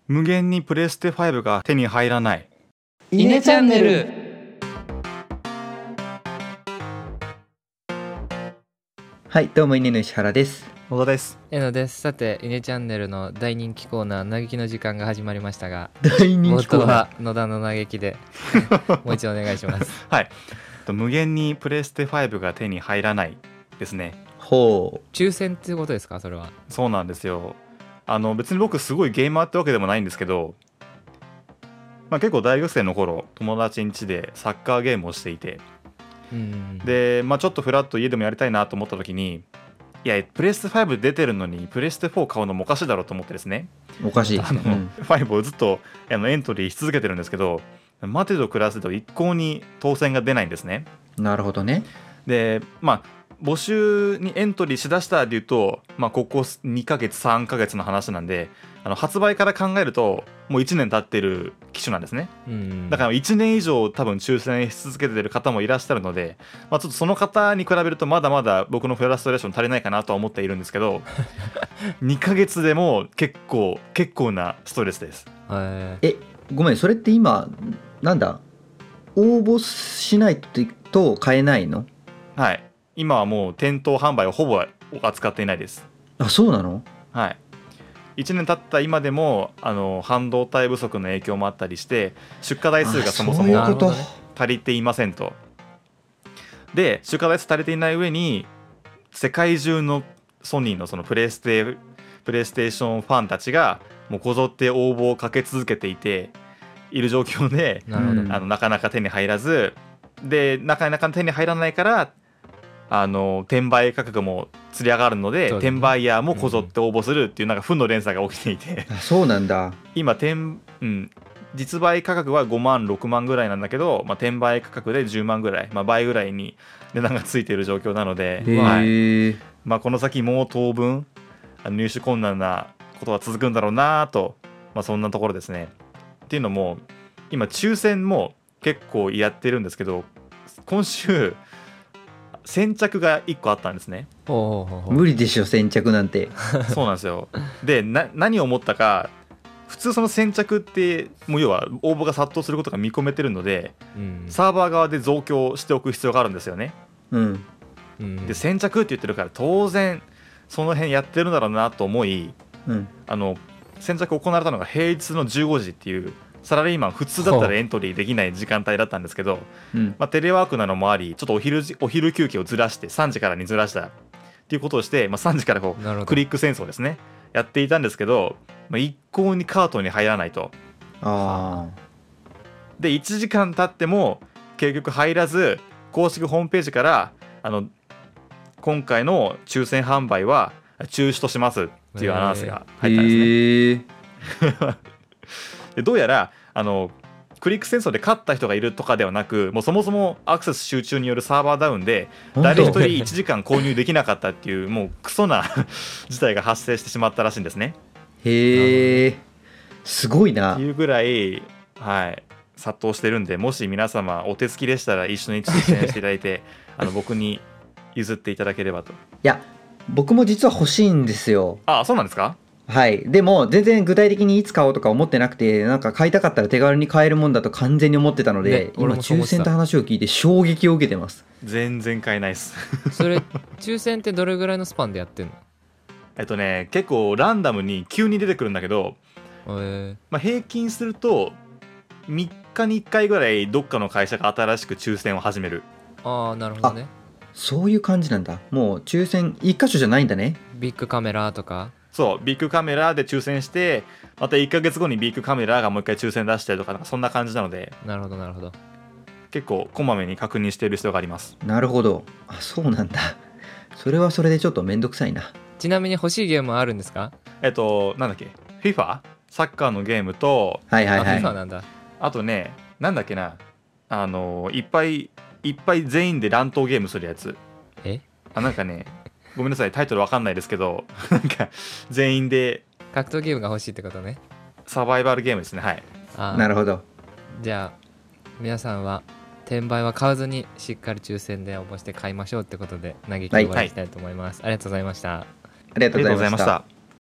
無限にプレステ5が手に入らない。 イネチャンネル。 はい、どうもイネの石原です。 野田です。 えのです。さて、イネチャンネルの大人気コーナー、嘆きの時間が始まりましたが、 大人気コーナー、 冒頭は野田の嘆きでもう一度お願いします。 はい、無限にプレステ5が手に入らないですね。 ほう。 抽選っていうことですか、それは。 そうなんですよ。別に僕すごいゲーマーってわけでもないんですけど、結構大学生の頃友達ん家でサッカーゲームをしていて、で、ちょっとフラッと家でもやりたいなと思った時に、いやプレステ5出てるのにプレステ4買うのもおかしいだろうと思ってですね、 おかしい、 5をずっとエントリーし続けてるんですけど、待てど暮らせど一向に当選が出ないんですね。 なるほどね。 で募集にエントリーしだしたでいうと、ここ2ヶ月3ヶ月の話なんで、発売から考えるともう1年経ってる機種なんですね。だから1年以上多分抽選し続けてる方もいらっしゃるので、ちょっとその方に比べるとまだまだ僕のフラストレーション足りないかなとは思っているんですけど2ヶ月でも結構なストレスです。 ごめん、それって今なんだ、応募しないと買えないの？ はい、今はもう店頭販売をほぼ扱っていないです。 あ、そうなの？ はい、1年経った今でも半導体不足の影響もあったりして出荷台数がそもそも足りていませんと。で出荷台数足りていない上に世界中のソニーのそのプレイステーションファンたちがもうこぞって応募をかけ続けている状況で、なかなか手に入らず、でなかなか手に入らないから転売価格もつり上がるので、転売ヤーもこぞって応募するっていうなんか負の連鎖が起きていて、 そうなんだ。 今実売価格は5万6万ぐらいなんだけど、転売価格で10万ぐらい、倍ぐらいに値段がついている状況なので、この先もう当分入手困難なことが続くんだろうなと、そんなところですね。っていうのも今抽選も結構やってるんですけど、今週先着が1個あったんですね。 無理でしょ先着なんて。 そうなんですよ。で何を思ったか、普通その先着ってもう要は応募が殺到することが見込めてるので、サーバー側で増強しておく必要があるんですよね。で先着って言ってるから当然その辺やってるんだろうなと思い、先着行われたのが平日の15時っていうサラリーマン普通だったらエントリーできない時間帯だったんですけど、テレワークなのもありちょっとお昼休憩をずらして3時からにずらしたっていうことをして、3時からクリック戦争ですねやっていたんですけど、一向にカートに入らないと。で1時間経っても結局入らず、公式ホームページから今回の抽選販売は中止としますっていうアナウンスが入ったんですね。でどうやらクリック戦争で勝った人がいるとかではなく、もうそもそもアクセス集中によるサーバーダウンで誰一人1時間購入できなかったっていうもうクソな事態が発生してしまったらしいんですね。 すごいなっていうぐらい、殺到してるんで、もし皆様お手つきでしたら一緒に抽選していただいて僕に譲っていただければと。 いや僕も実は欲しいんですよ。 あ、そうなんですか？ はい。でも全然具体的にいつ買おうとか思ってなくて、なんか買いたかったら手軽に買えるもんだと完全に思ってたので、今抽選って話を聞いて衝撃を受けてます。 全然買えないですそれ抽選ってどれぐらいのスパンでやってんの？ 結構ランダムに急に出てくるんだけど、平均すると3日に1回ぐらいどっかの会社が新しく抽選を始める。 ああ、なるほどね。 そういう感じなんだ。もう抽選1箇所じゃないんだね。 ビッグカメラとか。 そう、ビッグカメラで抽選して、また1ヶ月後にビッグカメラがもう一回抽選出してとか、なんかそんな感じなので。 なるほどなるほど。 結構こまめに確認している必要があります。 なるほど。あ、そうなんだ。それはそれでちょっとめんどくさいな。 ちなみに欲しいゲームはあるんですか？ なんだっけ、 FIFA？ サッカーのゲームと、 FIFA なんだ。 あとね、なんだっけな、いっぱい全員で乱闘ゲームするやつ。なんかねごめんなさい、タイトルわかんないですけどなんか全員で格闘ゲームが欲しいってことね。 サバイバルゲームですね。はい。 なるほど。 じゃあ皆さんは転売は買わずにしっかり抽選で応募して買いましょうってことで嘆きを終わりたいと思います。ありがとうございました。 ありがとうございました。